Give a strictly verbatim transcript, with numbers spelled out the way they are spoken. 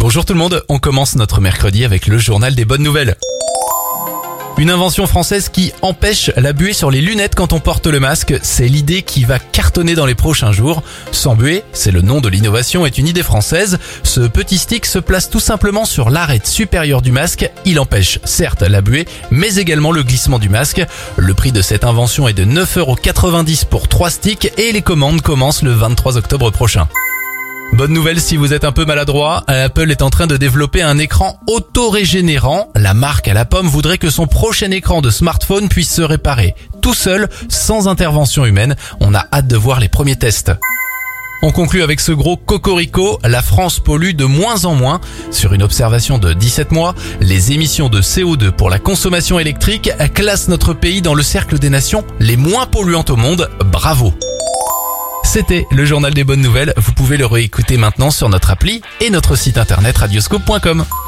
Bonjour tout le monde, on commence notre mercredi avec le journal des bonnes nouvelles. Une invention française qui empêche la buée sur les lunettes quand on porte le masque, c'est l'idée qui va cartonner dans les prochains jours. Sans buée, c'est le nom de l'innovation, est une idée française. Ce petit stick se place tout simplement sur l'arête supérieure du masque. Il empêche certes la buée, mais également le glissement du masque. Le prix de cette invention est de neuf euros quatre-vingt-dix pour trois sticks et les commandes commencent le vingt-trois octobre prochain. Bonne nouvelle si vous êtes un peu maladroit, Apple est en train de développer un écran auto-régénérant. La marque à la pomme voudrait que son prochain écran de smartphone puisse se réparer tout seul, sans intervention humaine. On a hâte de voir les premiers tests. On conclut avec ce gros cocorico, la France pollue de moins en moins. Sur une observation de dix-sept mois, les émissions de C O deux pour la consommation électrique classent notre pays dans le cercle des nations les moins polluantes au monde. Bravo! C'était le journal des bonnes nouvelles, vous pouvez le réécouter maintenant sur notre appli et notre site internet radioscope point com.